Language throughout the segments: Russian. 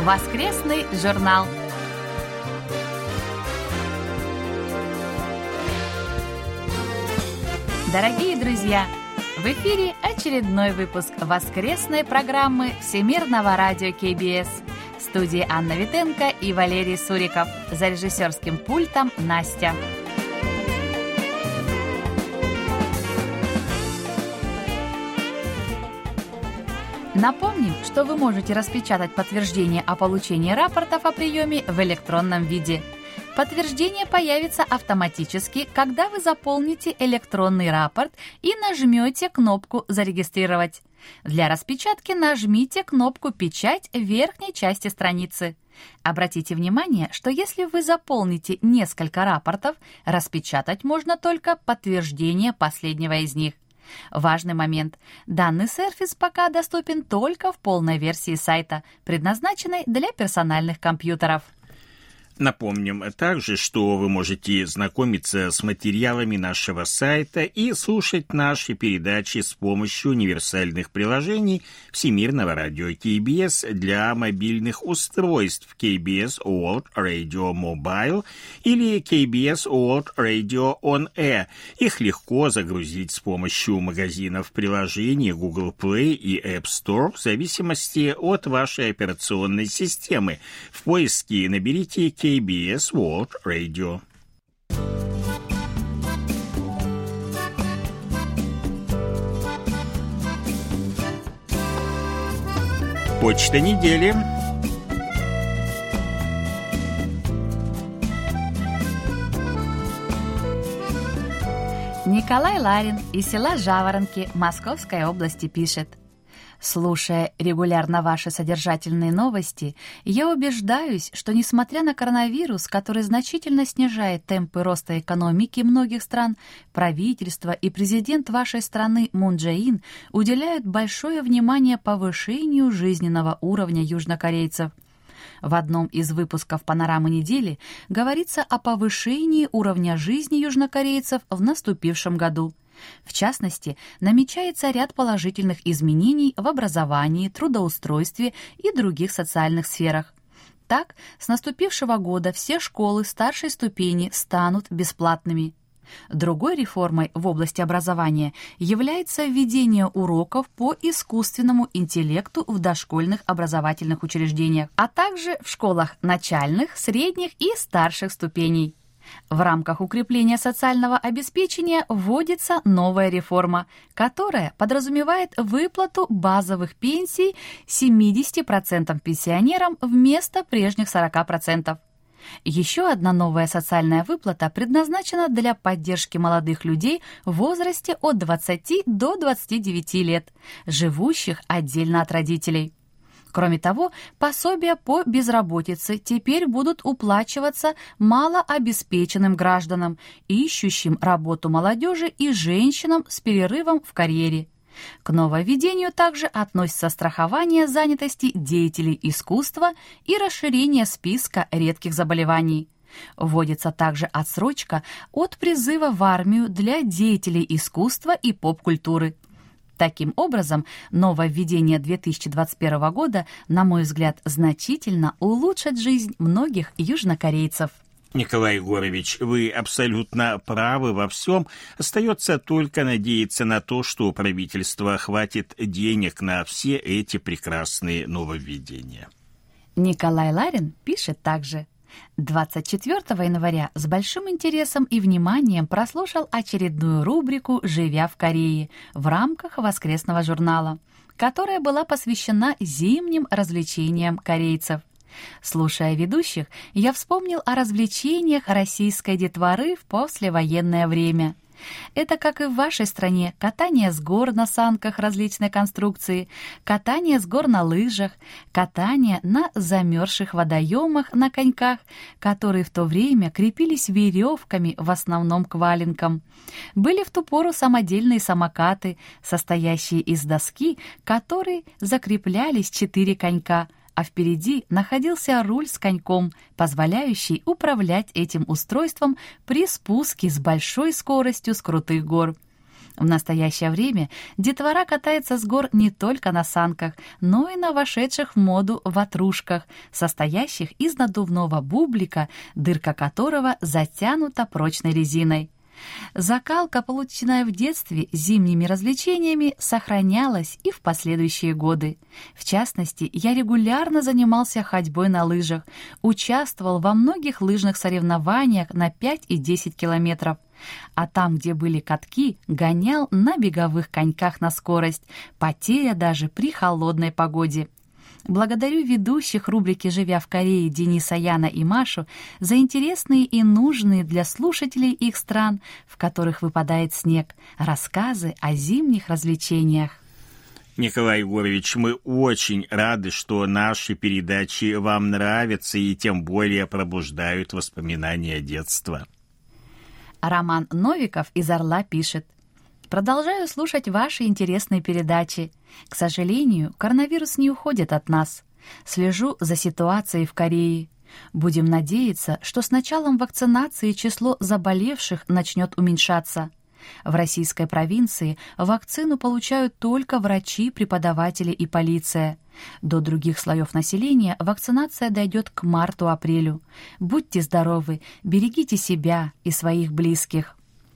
«Воскресный журнал». Дорогие друзья, в эфире очередной выпуск воскресной программы Всемирного радио КБС. В студии Анна Витенко и Валерий Суриков. За режиссерским пультом Настя. Напомним, что вы можете распечатать подтверждение о получении рапортов о приеме в электронном виде. Подтверждение появится автоматически, когда вы заполните электронный рапорт и нажмете кнопку «Зарегистрировать». Для распечатки нажмите кнопку «Печать» в верхней части страницы. Обратите внимание, что если вы заполните несколько рапортов, распечатать можно только подтверждение последнего из них. Важный момент. Данный сервис пока доступен только в полной версии сайта, предназначенной для персональных компьютеров. Напомним также, что вы можете знакомиться с материалами нашего сайта и слушать наши передачи с помощью универсальных приложений Всемирного радио КБС для мобильных устройств KBS World Radio Mobile или KBS World Radio On Air. Их легко загрузить с помощью магазинов приложений Google Play и App Store в зависимости от вашей операционной системы. В поиске наберите KBS World Radio. Почта недели. Николай Ларин из села Жаворонки Московской области пишет: «Слушая регулярно ваши содержательные новости, я убеждаюсь, что несмотря на коронавирус, который значительно снижает темпы роста экономики многих стран, правительство и президент вашей страны Мун Чжэ Ин уделяют большое внимание повышению жизненного уровня южнокорейцев. В одном из выпусков «Панорамы недели» говорится о повышении уровня жизни южнокорейцев в наступившем году. В частности, намечается ряд положительных изменений в образовании, трудоустройстве и других социальных сферах. Так, с наступившего года все школы старшей ступени станут бесплатными. Другой реформой в области образования является введение уроков по искусственному интеллекту в дошкольных образовательных учреждениях, а также в школах начальных, средних и старших ступеней. В рамках укрепления социального обеспечения вводится новая реформа, которая подразумевает выплату базовых пенсий 70% пенсионерам вместо прежних 40%. Еще одна новая социальная выплата предназначена для поддержки молодых людей в возрасте от 20 до 29 лет, живущих отдельно от родителей. Кроме того, пособия по безработице теперь будут уплачиваться малообеспеченным гражданам, ищущим работу молодежи и женщинам с перерывом в карьере. К нововведению также относятся страхование занятости деятелей искусства и расширение списка редких заболеваний. Вводится также отсрочка от призыва в армию для деятелей искусства и поп-культуры. Таким образом, нововведение 2021 года, на мой взгляд, значительно улучшит жизнь многих южнокорейцев. Николай Егорович, вы абсолютно правы во всем. Остается только надеяться на то, что правительство хватит денег на все эти прекрасные нововведения. Николай Ларин пишет также: 24 января с большим интересом и вниманием прослушал очередную рубрику «Живя в Корее» в рамках воскресного журнала, которая была посвящена зимним развлечениям корейцев. Слушая ведущих, я вспомнил о развлечениях российской детворы в послевоенное время. Это, как и в вашей стране, катание с гор на санках различной конструкции, катание с гор на лыжах, катание на замерзших водоемах на коньках, которые в то время крепились веревками, в основном к валенкам. Были в ту пору самодельные самокаты, состоящие из доски, к которой закреплялись 4 конька, а впереди находился руль с коньком, позволяющий управлять этим устройством при спуске с большой скоростью с крутых гор. В настоящее время детвора катается с гор не только на санках, но и на вошедших в моду ватрушках, состоящих из надувного бублика, дырка которого затянута прочной резиной. Закалка, полученная в детстве зимними развлечениями, сохранялась и в последующие годы. В частности, я регулярно занимался ходьбой на лыжах, участвовал во многих лыжных соревнованиях на 5 и 10 километров. А там, где были катки, гонял на беговых коньках на скорость, потея даже при холодной погоде. Благодарю ведущих рубрики «Живя в Корее» Дениса, Яна и Машу за интересные и нужные для слушателей их стран, в которых выпадает снег, рассказы о зимних развлечениях. Николай Егорович, мы очень рады, что наши передачи вам нравятся и тем более пробуждают воспоминания детства. Роман Новиков из «Орла» пишет: «Продолжаю слушать ваши интересные передачи. К сожалению, коронавирус не уходит от нас. Слежу за ситуацией в Корее. Будем надеяться, что с началом вакцинации число заболевших начнет уменьшаться. В российской провинции вакцину получают только врачи, преподаватели и полиция. До других слоев населения вакцинация дойдет к марту-апрелю. Будьте здоровы, берегите себя и своих близких».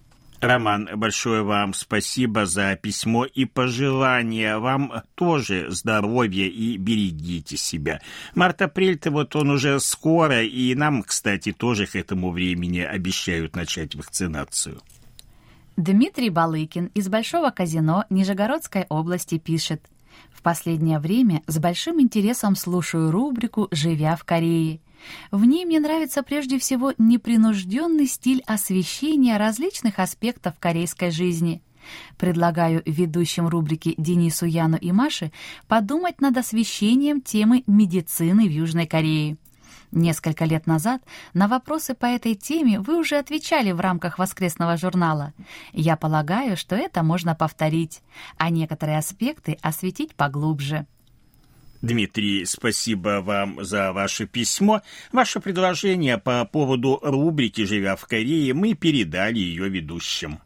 Роман, большое вам спасибо за письмо и пожелания. Вам тоже здоровья и берегите себя. Март-апрель-то вот он уже скоро, и нам, кстати, тоже к этому времени обещают начать вакцинацию. Дмитрий Балыкин из Большого Казино Нижегородской области пишет: «В последнее время с большим интересом слушаю рубрику «Живя в Корее». В ней мне нравится прежде всего непринужденный стиль освещения различных аспектов корейской жизни. Предлагаю ведущим рубрики Денису, Яну и Маше подумать над освещением темы медицины в Южной Корее. Несколько лет назад на вопросы по этой теме вы уже отвечали в рамках воскресного журнала. Я полагаю, что это можно повторить, а некоторые аспекты осветить поглубже». Дмитрий, спасибо вам за ваше письмо. Ваше предложение по поводу рубрики «Живя в Корее» мы передали ее ведущим.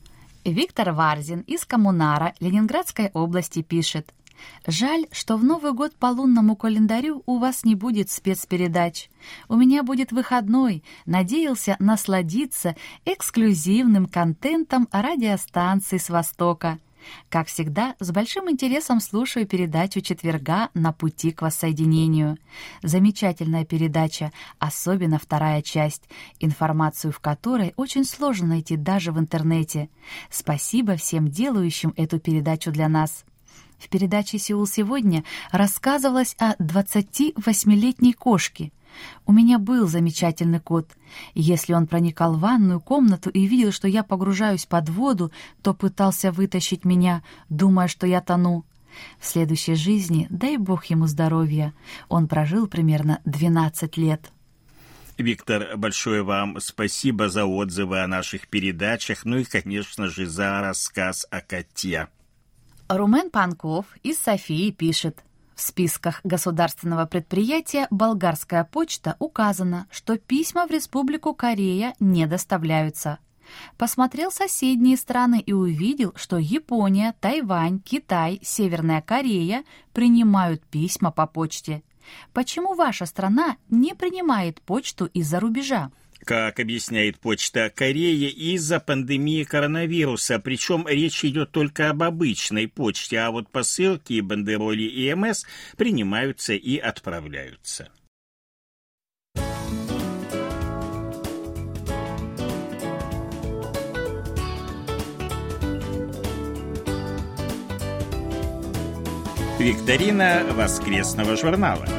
Виктор Варзин из Коммунара Ленинградской области пишет: «Жаль, что в Новый год по лунному календарю у вас не будет спецпередач. У меня будет выходной, надеялся насладиться эксклюзивным контентом радиостанции с Востока. Как всегда, с большим интересом слушаю передачу четверга «На пути к воссоединению». Замечательная передача, особенно вторая часть, информацию в которой очень сложно найти даже в интернете. Спасибо всем делающим эту передачу для нас». В передаче «Сеул сегодня» рассказывалось о 28-летней кошке. У меня был замечательный кот. Если он проникал в ванную комнату и видел, что я погружаюсь под воду, то пытался вытащить меня, думая, что я тону. В следующей жизни, дай бог ему здоровья, он прожил примерно 12 лет. Виктор, большое вам спасибо за отзывы о наших передачах, ну и, конечно же, за рассказ о коте. Румен Панков из Софии пишет: «В списках государственного предприятия «Болгарская почта» указано, что письма в Республику Корея не доставляются. Посмотрел соседние страны и увидел, что Япония, Тайвань, Китай, Северная Корея принимают письма по почте. Почему ваша страна не принимает почту из-за рубежа?» Как объясняет Почта Кореи, из-за пандемии коронавируса, причем речь идет только об обычной почте, а вот посылки, бандероли и МС принимаются и отправляются. Викторина воскресного журнала.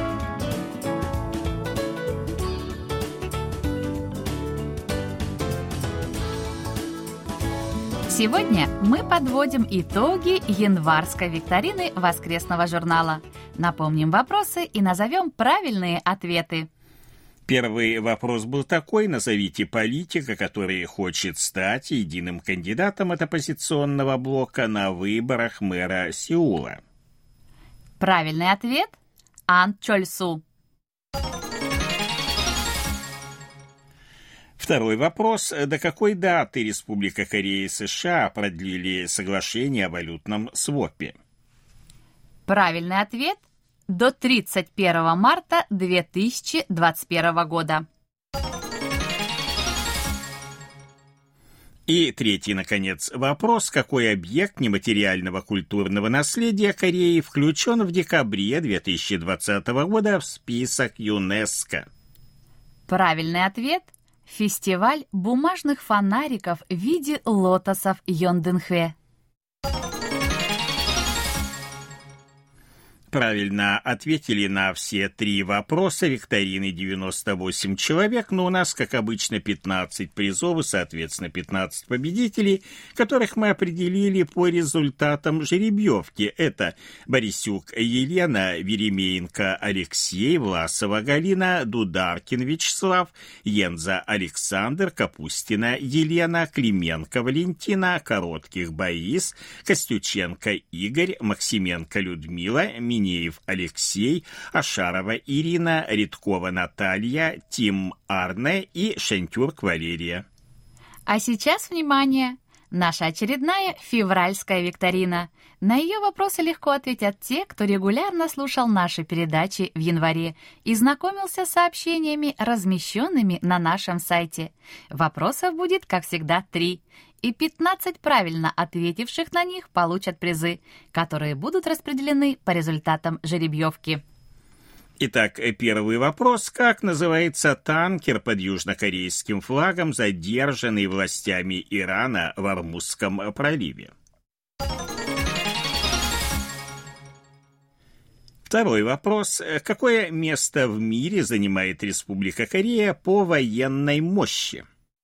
Сегодня мы подводим итоги январской викторины воскресного журнала. Напомним вопросы и назовем правильные ответы. Первый вопрос был такой: назовите политика, который хочет стать единым кандидатом от оппозиционного блока на выборах мэра Сеула. Правильный ответ – Ан Чоль Су. Второй вопрос. До какой даты Республика Корея и США продлили соглашение о валютном свопе? Правильный ответ – до 31 марта 2021 года. И третий, наконец, вопрос. Какой объект нематериального культурного наследия Кореи включен в декабре 2020 года в список ЮНЕСКО? Правильный ответ – фестиваль бумажных фонариков в виде лотосов Йондэнхве. Правильно ответили на все три вопроса викторины 98 человек, но у нас, как обычно, 15 призов и, соответственно, 15 победителей, которых мы определили по результатам жеребьевки. Это Борисюк Елена, Веремеенко Алексей, Власова Галина, Дударкин Вячеслав, Янза Александр, Капустина Елена, Клименко Валентина, Коротких Борис, Костюченко Игорь, Максименко Людмила, Минеев Алексей, Ашарова Ирина, Редкова Наталья, Тим Арне и Шентюрк Валерия. А сейчас, внимание! Наша очередная февральская викторина. На ее вопросы легко ответят те, кто регулярно слушал наши передачи в январе и знакомился с сообщениями, размещенными на нашем сайте. Вопросов будет, как всегда, 3. И 15 правильно ответивших на них получат призы, которые будут распределены по результатам жеребьевки. Итак, первый вопрос. Как называется танкер под южнокорейским флагом, задержанный властями Ирана в Ормузском проливе? Второй вопрос. Какое место в мире занимает Республика Корея по военной мощи?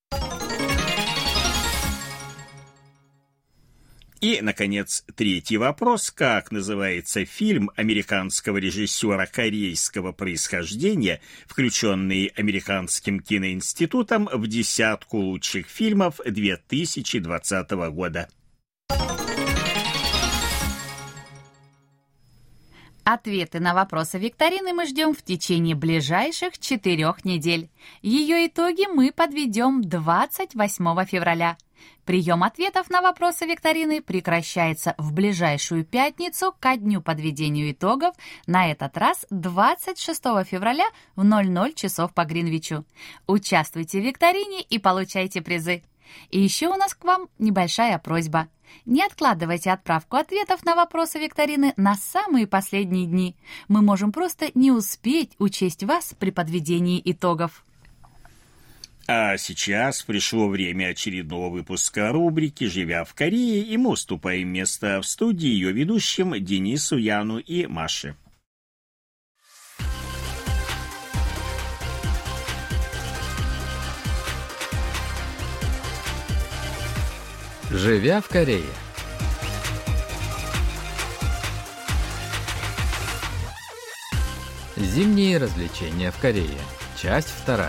И, наконец, третий вопрос. Как называется фильм американского режиссера корейского происхождения, включенный Американским киноинститутом в десятку лучших фильмов 2020 года? Ответы на вопросы викторины мы ждем в течение ближайших 4 недель. Ее итоги мы подведем 28 февраля. Прием ответов на вопросы викторины прекращается в ближайшую пятницу ко дню подведения итогов, на этот раз 26 февраля в 00 часов по Гринвичу. Участвуйте в викторине и получайте призы. И еще у нас к вам небольшая просьба. Не откладывайте отправку ответов на вопросы викторины на самые последние дни. Мы можем просто не успеть учесть вас при подведении итогов. А сейчас пришло время очередного выпуска рубрики «Живя в Корее», и мы уступаем место в студии ее ведущим Денису, Яну и Маше. Живя в Корее. Зимние развлечения в Корее. Часть 2.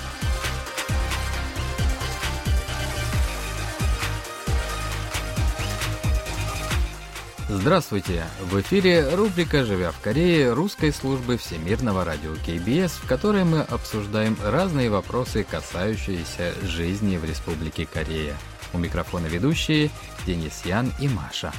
Здравствуйте! В эфире рубрика «Живя в Корее» русской службы Всемирного радио КБС, в которой мы обсуждаем разные вопросы, касающиеся жизни в Республике Корея. У микрофона ведущие Денис, Ян и Маша.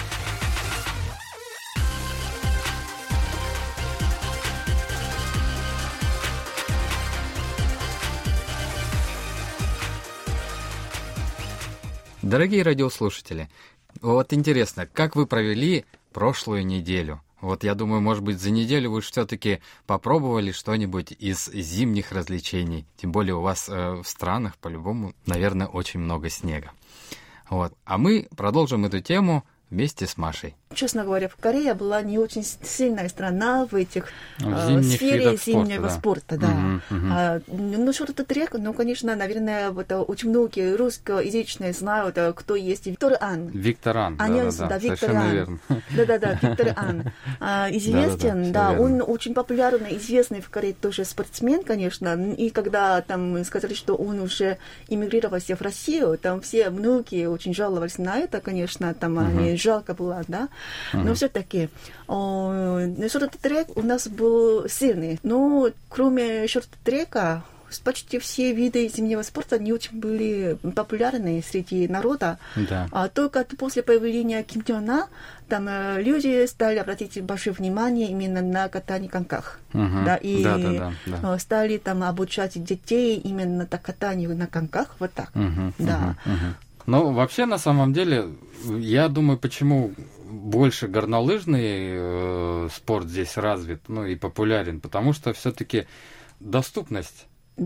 Дорогие радиослушатели, вот интересно, как вы провели прошлую неделю? Вот я думаю, может быть, за неделю вы все-таки попробовали что-нибудь из зимних развлечений. Тем более у вас в странах, по-любому, наверное, очень много снега. Вот. А мы продолжим эту тему вместе с Машей. Честно говоря, Корея была не очень сильная страна в этих сфере зимнего спорта, да. Ну, шорт-трек, ну, конечно, наверное, вот очень многие русскоязычные знают, кто есть Виктор Ан. Виктор Ан, да, Виктор Ан. Да, Виктор Ан. Известен, да, он очень популярный, известный в Корее тоже спортсмен, конечно, и когда там сказали, что он уже эмигрировался в Россию, там все, многие очень жаловались на это, конечно, там они жалко было, да. Но все-таки шорт-трек у нас был сильный. Но кроме шорт-трека, почти все виды зимнего спорта не очень были популярны среди народа. Да. А только после появления Ким Чен Ына там люди стали обратить большое внимание именно на катание коньках. Да, и стали там обучать детей именно так катанию на коньках, вот так. Да. Ну, вообще, на самом деле, я думаю, почему больше горнолыжный спорт здесь развит, ну, и популярен, потому что все-таки доступность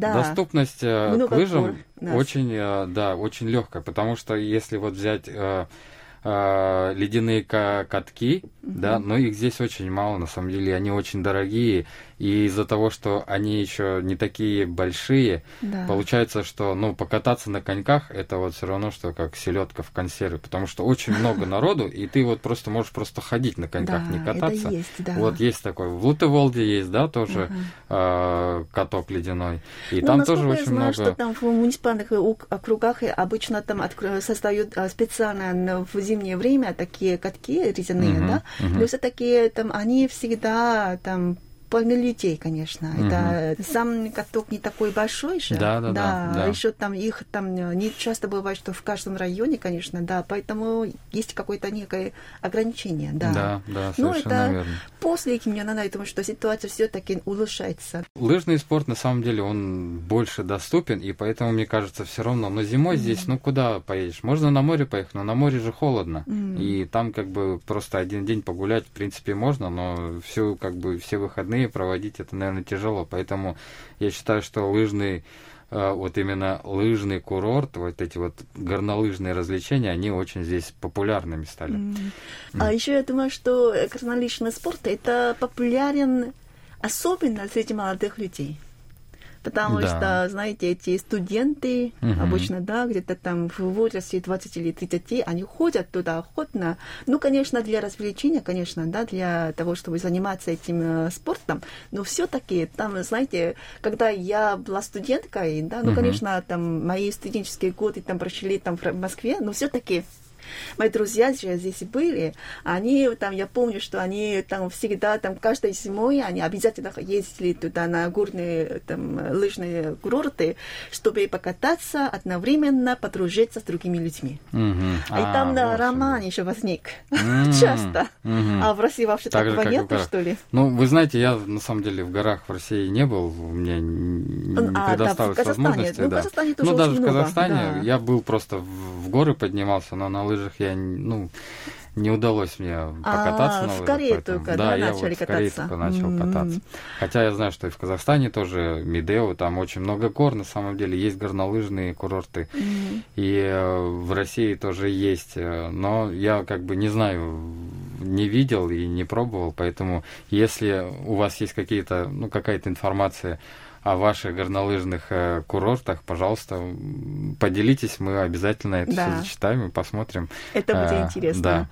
к лыжам очень легкая, потому что если вот взять ледяные катки, да, но их здесь очень мало, на самом деле, они очень дорогие, и из-за того, что они еще не такие большие, получается, что, ну, покататься на коньках, это вот все равно, что как селедка в консерве, потому что очень много народу, и ты вот просто можешь просто ходить на коньках, не кататься. Это есть, да. Вот есть такой, в Лутеволде есть, да, тоже каток ледяной, и там тоже очень много. Я знаю, что там в муниципальных округах обычно там создают специально в зимнее время такие катки резиные, да, но все-таки там они всегда там полны людей, конечно. Это сам каток не такой большой же. Да. Еще там их там не часто бывает, что в каждом районе, конечно, да, поэтому есть какое-то некое ограничение, да. Да, но совершенно это верно. После Ким Чен Ына, я думаю, что ситуация все-таки улучшается. Лыжный спорт, на самом деле, он больше доступен, и поэтому, мне кажется, все равно. Но зимой здесь, ну, куда поедешь? Можно на море поехать, но на море же холодно. И там, как бы, просто один день погулять, в принципе, можно, но все выходные проводить, это, наверное, тяжело. Поэтому я считаю, что вот именно лыжный курорт, вот эти вот горнолыжные развлечения, они очень здесь популярными стали. А еще я думаю, что горнолыжный спорт это популярен особенно среди молодых людей. Потому что, знаете, эти студенты обычно, да, где-то там в возрасте 20 или 30, они ходят туда охотно. Ну, конечно, для развлечения, конечно, да, для того, чтобы заниматься этим спортом. Но все-таки там, знаете, когда я была студенткой, да, ну, конечно, там мои студенческие годы там прошли там в Москве, но все-таки мои друзья здесь были, они там, я помню, что они там всегда, там, каждой зимой, они обязательно ездили туда на горные, там, лыжные курорты, чтобы покататься, одновременно подружиться с другими людьми. И там роман еще возник часто. А в России вообще такого нету, что ли? Ну, вы знаете, я, на самом деле, в горах в России не был, мне не предоставилось возможности. В Казахстане тоже даже очень в Казахстане много, я был просто в горы поднимался, но на лыжах я, не удалось мне покататься на лыжах. В Корее только, да, я начали вот в Корее только начал кататься. Хотя я знаю, что и в Казахстане тоже, Медео, там очень много гор, на самом деле, есть горнолыжные курорты. И в России тоже есть, но я как бы не знаю, не видел и не пробовал, поэтому если у вас есть какая-то информация о ваших горнолыжных курортах, пожалуйста, поделитесь, мы обязательно это все зачитаем и посмотрим. Это будет интересно.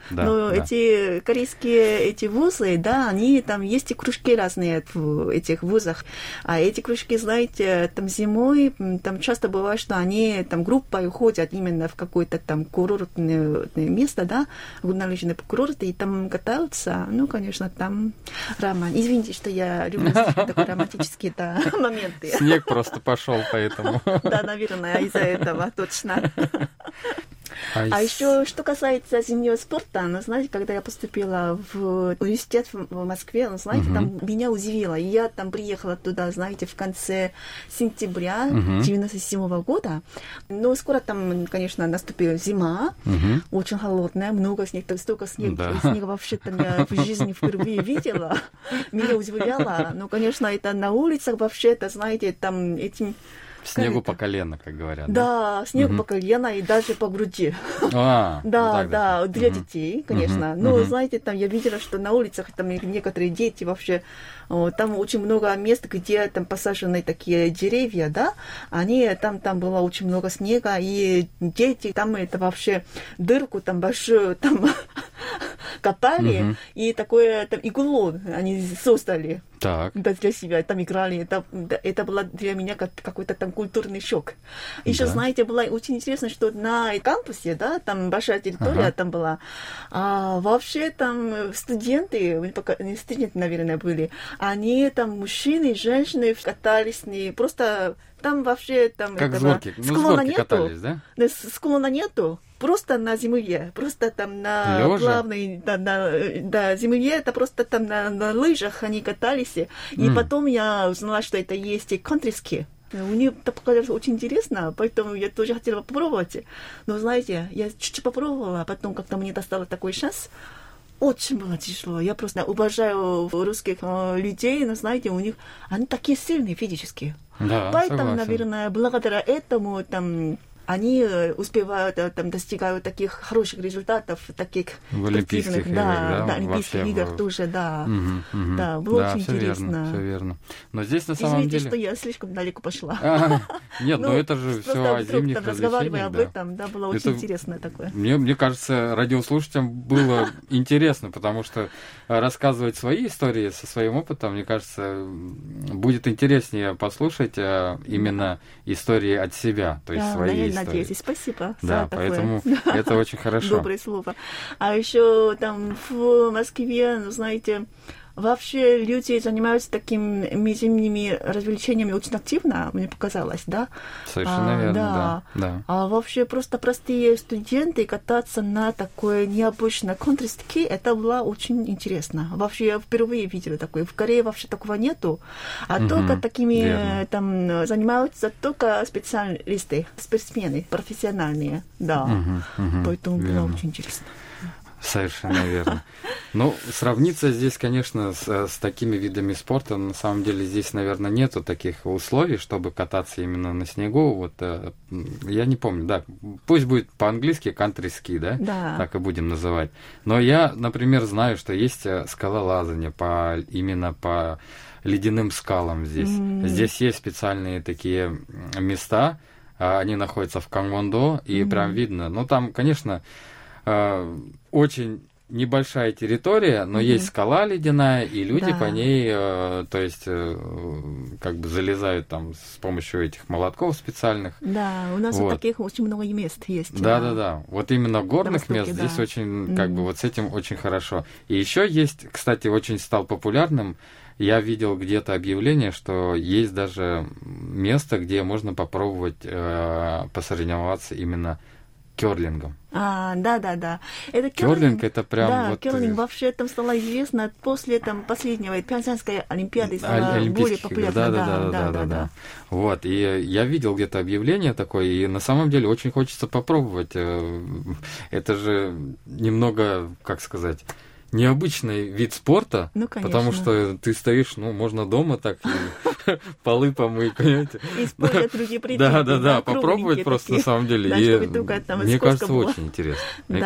Эти корейские вузы, да, они там есть и кружки разные в этих вузах. А эти кружки, знаете, там зимой, там часто бывает, что они там группой уходят именно в какое-то там курортное место, да, горнолыжные курорты, и там катаются. Ну, конечно, там роман. Извините, что я люблю такой романтический момент. Снег просто пошел, поэтому. Да, наверное, из-за этого точно. А еще, что касается зимнего спорта, знаете, когда я поступила в университет в Москве, знаете, там меня удивило. И я там приехала туда, знаете, в конце сентября 1997 года. Но скоро там, конечно, наступила зима, очень холодная, много снега, столько снега вообще-то я в жизни впервые видела. Меня удивляло. Но, конечно, это на улицах вообще-то, знаете, там этим... Снегу по колено, как говорят. Да, снегу по колено и даже по груди. Да, для детей, конечно. Но, знаете, там я видела, что на улицах там некоторые дети вообще, там очень много мест, где там посажены такие деревья, да, там было очень много снега, и дети, там это вообще дырку там большую, там копали, и такое там иглу они создали. Так. Да, для себя там играли. Это было для меня какой-то там культурный шок. Еще, знаете, было очень интересно, что на кампусе, да, там большая территория там была, вообще там студенты, наверное, были, они там, мужчины, женщины катались не просто... Там вообще там как этого склона нету. Катались, да? Склона нету. Просто на земле, просто там на главной, да, земле, это просто там на лыжах они катались. И потом я узнала, что это есть контри-ски. У них это показалось очень интересно, поэтому я тоже хотела попробовать. Но, знаете, я чуть-чуть попробовала, а потом как-то мне достало такой шанс. Очень было тяжело. Я просто обожаю русских людей, но, знаете, у них они такие сильные физически. Да, поэтому, согласен. Наверное, благодаря этому там они успевают, там, достигают таких хороших результатов, таких в Олимпийских играх, да, Олимпийских играх тоже, да. Да, было очень интересно. Все верно. Но здесь на самом деле... что я слишком далеко пошла. Нет, но это же все о зимних развлечениях. Разговаривая об этом, да, было очень интересно такое. Мне кажется, радиослушателям было интересно, потому что рассказывать свои истории со своим опытом, мне кажется, будет интереснее послушать именно истории от себя, то есть свои истории. Надеюсь, спасибо за такое. Поэтому это очень хорошо. Доброе слово. А еще там в Москве, ну, знаете, вообще люди занимаются такими зимними развлечениями очень активно, мне показалось, да? Совершенно верно, да. А вообще просто простые студенты кататься на такой необычной контри-ски, это было очень интересно. Вообще я впервые видела такое. В Корее вообще такого нету. А только такими там занимаются только специалисты, спортсмены, профессиональные, да. Поэтому было очень интересно. Совершенно верно. Ну, сравниться здесь, конечно, с такими видами спорта, на самом деле здесь, наверное, нету таких условий, чтобы кататься именно на снегу. Вот я не помню, да, пусть будет по-английски country-ski, да, так и будем называть. Но я, например, знаю, что есть скалолазание именно по ледяным скалам здесь. Здесь есть специальные такие места, они находятся в Кангвон-до, и прям видно. Ну, там, конечно, очень небольшая территория, но есть скала ледяная, и люди по ней, то есть, как бы залезают там с помощью этих молотков специальных. Да, у нас вот таких очень много мест есть. Да. Вот именно горных мест здесь очень, как бы, вот с этим очень хорошо. И еще есть, кстати, очень стал популярным, я видел где-то объявление, что есть даже место, где можно попробовать посоревноваться именно кёрлингом. Да. Это кёрлинг, это прям да, вот... кёрлинг вообще там стало известно после там последнего Пхенчханской олимпиады, стало более популярно. Да. Вот, и я видел где-то объявление такое, и на самом деле очень хочется попробовать. Это же немного, как сказать, необычный вид спорта, потому что ты стоишь, можно дома так и полы помыть, понимаете? Использовать другие предметы. Да, попробовать просто на самом деле. И мне кажется, очень интересно.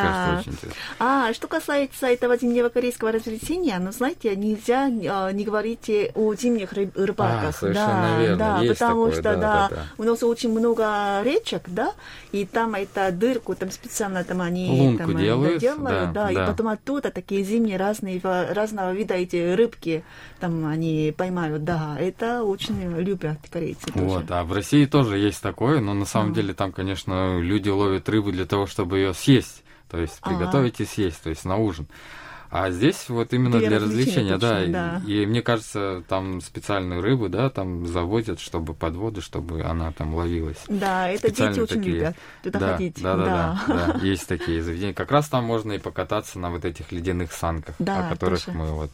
Что касается этого зимнего корейского развлечения, знаете, нельзя не говорить о зимних рыбалках. Совершенно верно. Потому что, у нас очень много речек, да, и там это дырку, там специально там они лунку делают, да, и потом оттуда такие зимние разного вида эти рыбки, там они поймают, да, это очень любят корейцы тоже. Вот, а в России тоже есть такое, но на самом деле там, конечно, люди ловят рыбу для того, чтобы ее съесть, то есть приготовить и съесть, то есть на ужин. А здесь вот именно для развлечения, да. И мне кажется, там специальную рыбу, да, там заводят, чтобы под воду, чтобы она там ловилась. Да, это дети очень любят туда ходить. Да, есть такие заведения. Как раз там можно и покататься на вот этих ледяных санках, о которых мы вот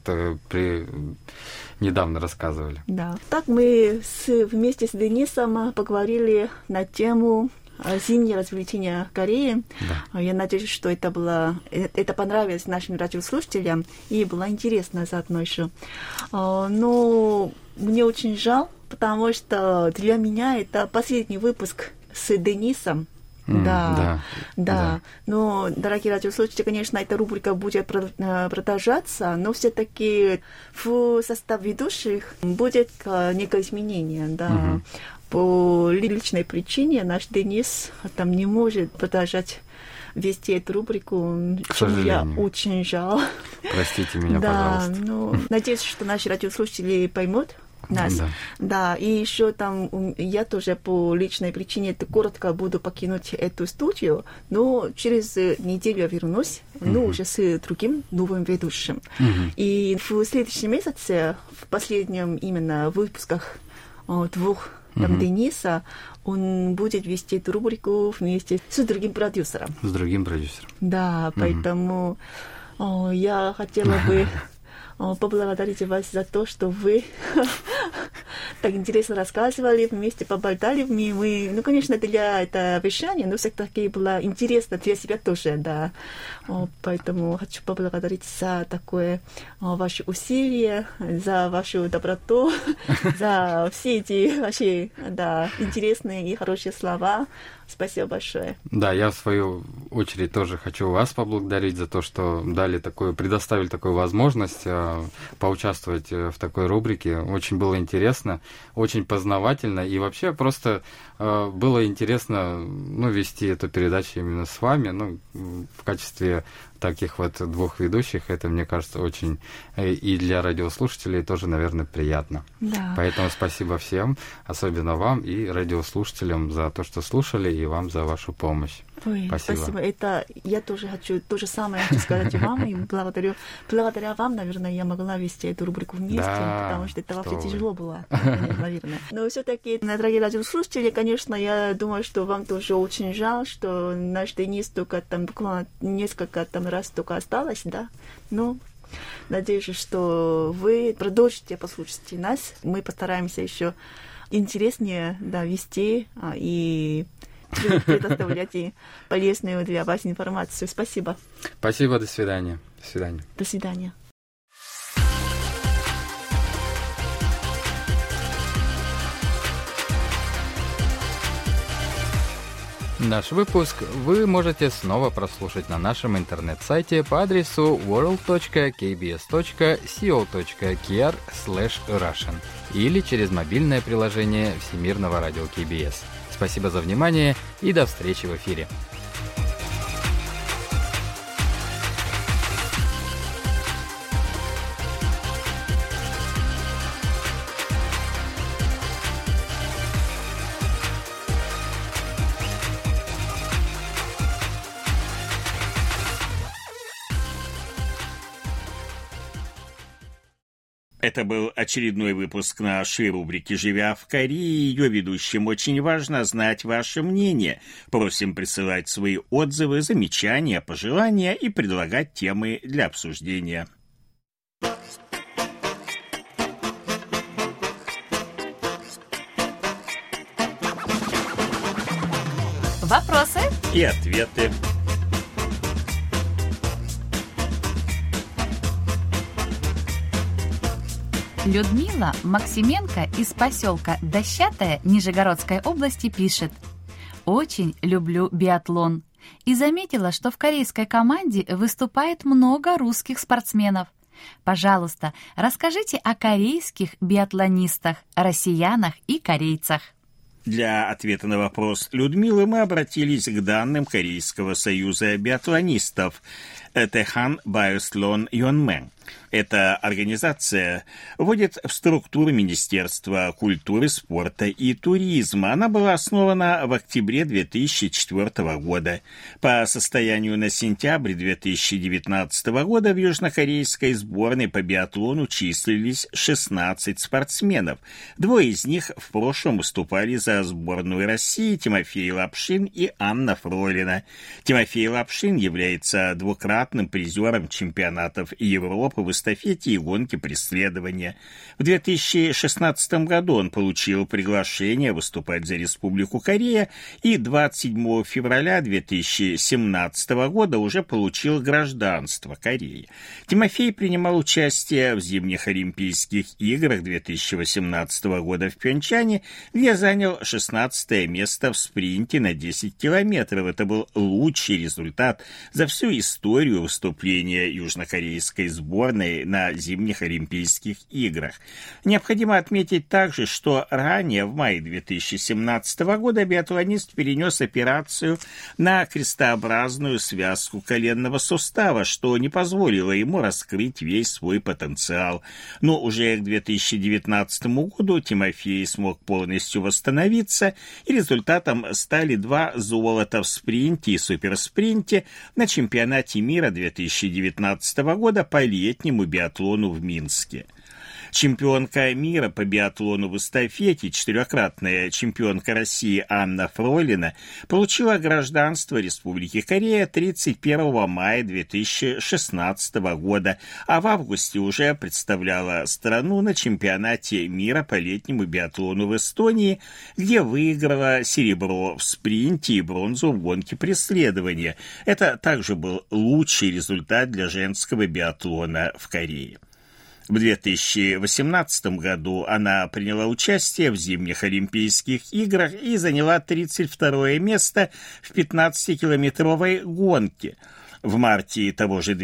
недавно рассказывали. Да. Так мы вместе с Денисом поговорили на тему зимние развлечения Кореи. Да. Я надеюсь, что это понравилось нашим радиослушателям и было интересно заодно еще. Но мне очень жаль, потому что для меня это последний выпуск с Денисом. Да. Но, дорогие радиослушатели, конечно, эта рубрика будет продолжаться, но все-таки в составе ведущих будет некое изменение, да. по личной причине наш Денис там не может продолжать вести эту рубрику, чему я очень жаль. Простите меня, пожалуйста. Ну, надеюсь, что наши радиослушатели поймут нас. Да, и еще там я тоже по личной причине коротко буду покинуть эту студию, но через неделю вернусь, но уже с другим новым ведущим. И в следующем месяце, в последнем именно выпусках двух там Дениса, он будет вести эту рубрику вместе с другим продюсером. С другим продюсером. Да, поэтому я хотела бы поблагодарить вас за то, что вы так интересно рассказывали, вместе поболтали. Мы, ну, конечно, для этого вещания, но все-таки было интересно для себя тоже, да. Поэтому хочу поблагодарить за такое ваше усилие, за вашу доброту, за все эти ваши, да, интересные и хорошие слова. Спасибо большое. Да, я в свою очередь тоже хочу вас поблагодарить за то, что предоставили такую возможность поучаствовать в такой рубрике. Очень было интересно, очень познавательно, и вообще просто было интересно вести эту передачу именно с вами, в качестве таких вот двух ведущих. Это, мне кажется, очень и для радиослушателей тоже, наверное, приятно. Да. Поэтому спасибо всем, особенно вам и радиослушателям за то, что слушали, и вам за вашу помощь. Ой, спасибо. Это я тоже хочу то же самое сказать вам, и благодаря вам, наверное, я могла вести эту рубрику вместе, потому что это вообще тяжело было, наверное. Но все-таки, дорогие радиослушатели, конечно, я думаю, что вам тоже очень жаль, что наш Денис только там буквально несколько раз только осталось, да. Но надеюсь, что вы продолжите послушать нас. Мы постараемся еще интереснее вести и предоставлять и полезную для вас информацию. Спасибо. Спасибо, до свидания. До свидания. До свидания. Наш выпуск вы можете снова прослушать на нашем интернет-сайте по адресу world.kbs.co.kr/russian или через мобильное приложение Всемирного радио КБС. Спасибо за внимание и до встречи в эфире. Это был очередной выпуск нашей рубрики «Живя в Корее». Ее ведущим очень важно знать ваше мнение. Просим присылать свои отзывы, замечания, пожелания и предлагать темы для обсуждения. Вопросы и ответы. Людмила Максименко из поселка Дощатая Нижегородской области пишет: «Очень люблю биатлон и заметила, что в корейской команде выступает много русских спортсменов. Пожалуйста, расскажите о корейских биатлонистах, россиянах и корейцах». Для ответа на вопрос Людмилы мы обратились к данным Корейского союза биатлонистов Тэхан Байослон Йонмэн. Эта организация входит в структуру Министерства культуры, спорта и туризма. Она была основана в октябре 2004 года. По состоянию на сентябрь 2019 года в южнокорейской сборной по биатлону числились 16 спортсменов. Двое из них в прошлом выступали за сборную России: Тимофей Лапшин и Анна Фролина. Тимофей Лапшин является двукратным призером чемпионатов Европы в эстафете и гонке преследования. В 2016 году он получил приглашение выступать за Республику Корея и 27 февраля 2017 года уже получил гражданство Кореи. Тимофей принимал участие в зимних Олимпийских играх 2018 года в Пхёнчхане, где занял 16 место в спринте на 10 километров. Это был лучший результат за всю историю выступления южнокорейской сборной сборной на зимних Олимпийских играх. Необходимо отметить также, что ранее, в мае 2017 года, биатлонист перенес операцию на крестообразную связку коленного сустава, что не позволило ему раскрыть весь свой потенциал. Но уже к 2019 году Тимофей смог полностью восстановиться, и результатом стали 2 золота в спринте и суперспринте на чемпионате мира 2019 года по летнему биатлону в Минске. Чемпионка мира по биатлону в эстафете, 4-кратная чемпионка России Анна Фролина, получила гражданство Республики Корея 31 мая 2016 года, а в августе уже представляла страну на чемпионате мира по летнему биатлону в Эстонии, где выиграла серебро в спринте и бронзу в гонке преследования. Это также был лучший результат для женского биатлона в Корее. В 2018 году она приняла участие в зимних Олимпийских играх и заняла 32-е место в 15-километровой гонке. В марте того же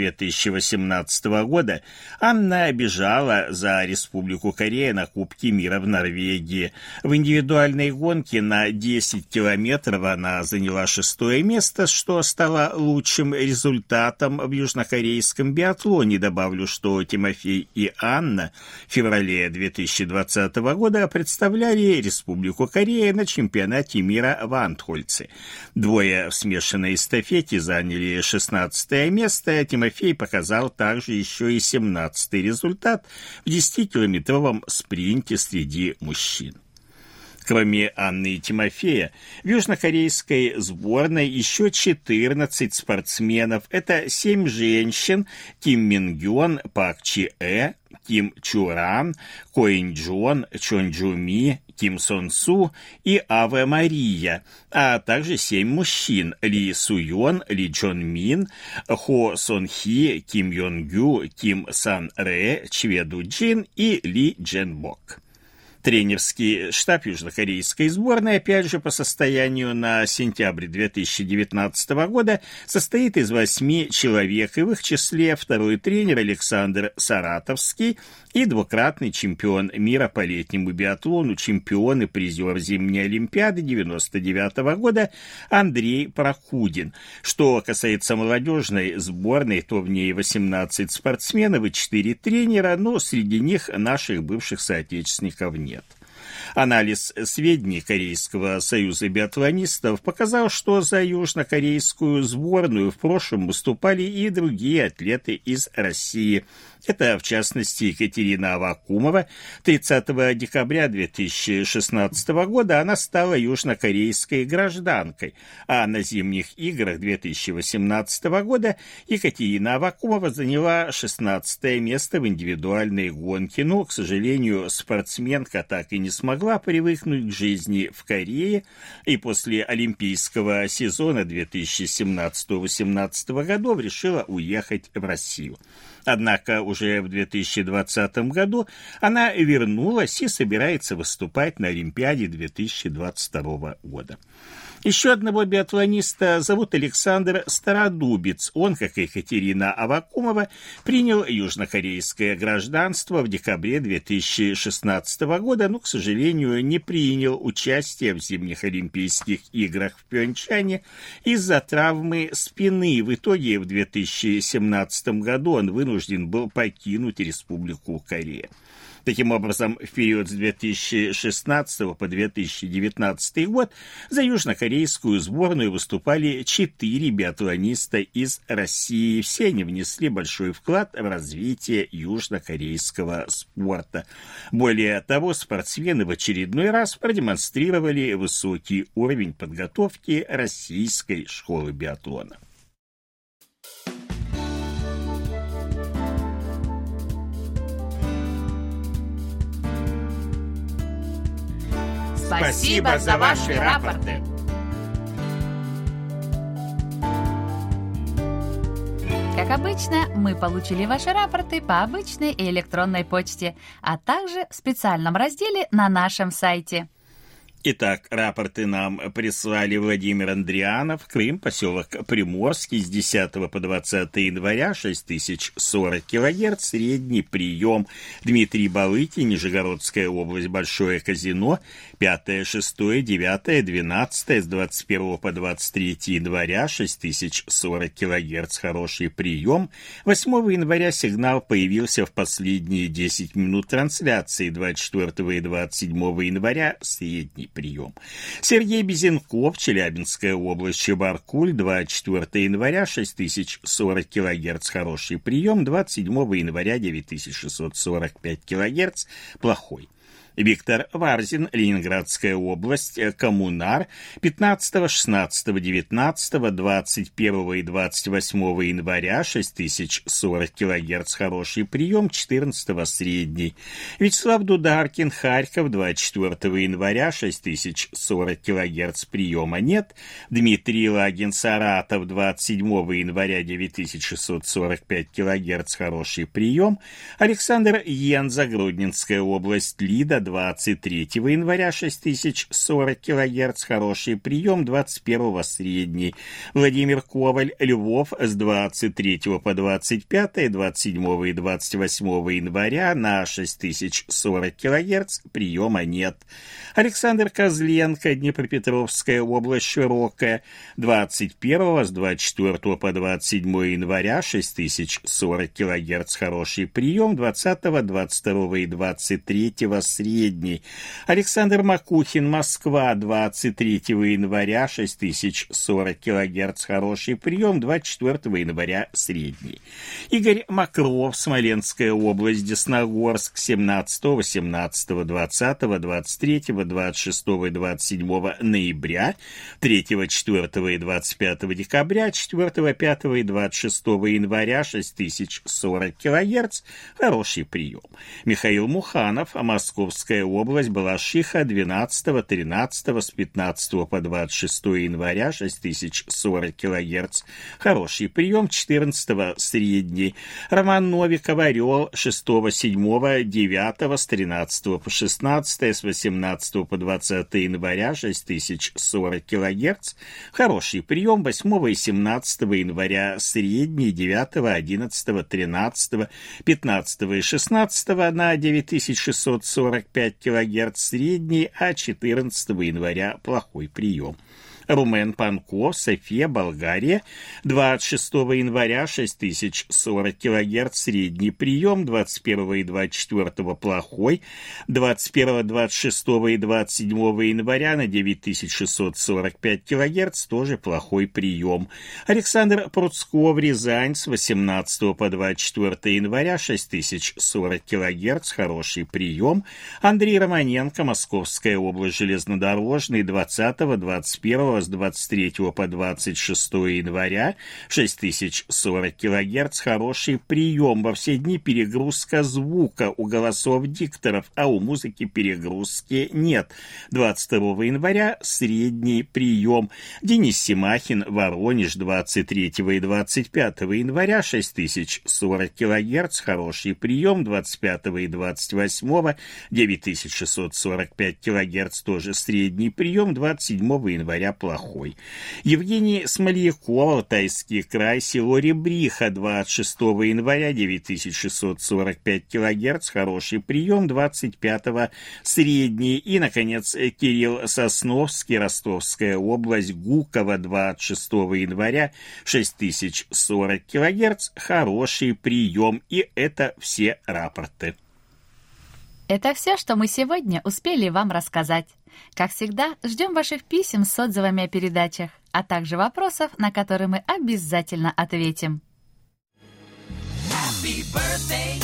2018 года Анна бежала за Республику Корея на Кубке мира в Норвегии. В индивидуальной гонке на 10 километров она заняла 6-е место, что стало лучшим результатом в южнокорейском биатлоне. Добавлю, что Тимофей и Анна в феврале 2020 года представляли Республику Корея на чемпионате мира в Антхольце. Двое в смешанной эстафете заняли 16 место. Тимофей показал также еще и 17-й результат в 10-километровом спринте среди мужчин. Кроме Анны и Тимофея, в южнокорейской сборной еще 14 спортсменов. Это 7 женщин: Ким Мингён, Пак Чи-э, Ким Чуран, Ко Ин-джон, Чон Джу-ми, Ким Сон-су и Аве Мария, а также 7 мужчин: Ли Су-йон, Ли Чон-мин, Хо Сон-хи, Ким Йон-гю, Ким Сан-ре, Чве Ду-джин и Ли Джен-бок. Тренерский штаб южнокорейской сборной, опять же, по состоянию на сентябрь 2019 года, состоит из 8 человек, и в их числе второй тренер Александр Саратовский и 2-кратный чемпион мира по летнему биатлону, чемпион и призер зимней Олимпиады 1999 года Андрей Прокудин. Что касается молодежной сборной, то в ней 18 спортсменов и 4 тренера, но среди них наших бывших соотечественников нет. Анализ сведений Корейского союза биатлонистов показал, что за южнокорейскую сборную в прошлом выступали и другие атлеты из России. Это, в частности, Екатерина Аввакумова. 30 декабря 2016 года она стала южнокорейской гражданкой, а на зимних играх 2018 года Екатерина Аввакумова заняла 16 место в индивидуальной гонке, но, к сожалению, спортсменка так и не смогла привыкнуть к жизни в Корее, и после олимпийского сезона 2017-2018 годов решила уехать в Россию. Однако уже в 2020 году она вернулась и собирается выступать на Олимпиаде 2022 года. Еще одного биатлониста зовут Александр Стародубец. Он, как и Екатерина Аввакумова, принял южнокорейское гражданство в декабре 2016 года, но, к сожалению, не принял участие в зимних Олимпийских играх в Пьончхане из-за травмы спины. В итоге в 2017 году он вынужден был покинуть Республику Корея. Таким образом, в период с 2016 по 2019 год за южнокорейскую сборную выступали 4 биатлониста из России. Все они внесли большой вклад в развитие южнокорейского спорта. Более того, спортсмены в очередной раз продемонстрировали высокий уровень подготовки российской школы биатлона. Спасибо за ваши рапорты. Как обычно, мы получили ваши рапорты по обычной и электронной почте, а также в специальном разделе на нашем сайте. Итак, рапорты нам прислали Владимир Андрианов, Крым, поселок Приморский, с 10 по 20 января, 6040 кГц, средний прием. Дмитрий Балыки, Нижегородская область, Большое Казино, 5, 6, 9, 12, с 21 по 23 января, 6040 кГц, хороший прием. 8 января сигнал появился в последние 10 минут трансляции, 24 и 27 января, средний прием. Сергей Безенков, Челябинская область, Чебаркуль, 24 января, 6040 кГц, хороший прием, 27 января, 9645 кГц, плохой. Виктор Варзин, Ленинградская область, Коммунар, 15, 16, 19, 21 и 28 января, 6040 кГц, хороший прием, 14 средний. Вячеслав Дударкин, Харьков, 24 января, 6040 кГц, приема нет. Дмитрий Лагин, Саратов, 27 января, 9645 кГц, хороший прием. Александр Йенза, Гродненская область, Лида, 23 января, 6040 кГц, хороший прием, 21 средний. Владимир Коваль, Львов, с 23 по 25, 27 и 28 января на 6040 кГц, приема нет. Александр Козленко, Днепропетровская область, Широкая, 21 с 24 по 27 января, 6040 кГц, хороший прием, 20, 22 и 23 средний. Александр Макухин, Москва, 23 января, 6040 кГц, хороший прием, 24 января, средний. Игорь Макров, Смоленская область, Десногорск, 17, 18, 20, 23, 26 и 27 ноября, 3, 4 и 25 декабря, 4, 5 и 26 января, 6040 кГц, хороший прием. Михаил Муханов, Московская область, Балашиха, 12, 13, с 15 по 26 января, 6040 кГц, хороший прием, 14 средний. Роман Новиков, Орел, 6, 7, 9, с 13 по 16, с 18 по 20 января, 6040 кГц, хороший прием, 8 и 17 января, средний, 9, 11, 13, 15 и 16 на 9645 кГц, средний, а 14 января плохой прием. Румен Панков, София, Болгария, 26 января, 6040 кГц, средний прием, 21 и 24 плохой, 21, 26 и 27 января на 9645 кГц, тоже плохой прием. Александр Пруцков, Рязань, с 18 по 24 января, 6040 кГц, хороший прием. Андрей Романенко, Московская область, железнодорожный, 20, 21 с 23 по 26 января, 6040 кГц, хороший прием. Во все дни перегрузка звука у голосов дикторов, а у музыки перегрузки нет. 22 января средний прием. Денис Семахин, Воронеж, 23 и 25 января, 6040 кГц, хороший прием. 25 и 28 9645 кГц, тоже средний прием. 27 января плохой. Евгений Смольяков, Алтайский край, село Ребриха, 26 января, 9645 кГц, хороший прием, 25 средний. И, наконец, Кирилл Сосновский, Ростовская область, Гуково, 26 января, 6040 кГц, хороший прием. И это все рапорты. Это все, что мы сегодня успели вам рассказать. Как всегда, ждем ваших писем с отзывами о передачах, а также вопросов, на которые мы обязательно ответим. Happy birthday.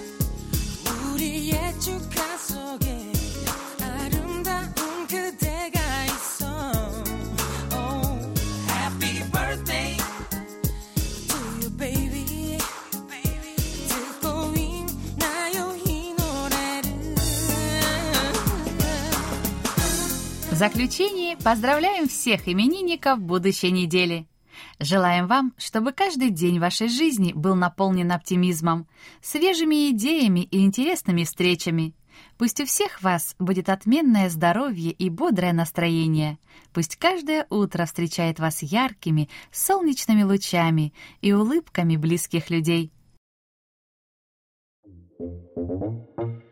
В заключение поздравляем всех именинников будущей недели. Желаем вам, чтобы каждый день вашей жизни был наполнен оптимизмом, свежими идеями и интересными встречами. Пусть у всех вас будет отменное здоровье и бодрое настроение. Пусть каждое утро встречает вас яркими, солнечными лучами и улыбками близких людей.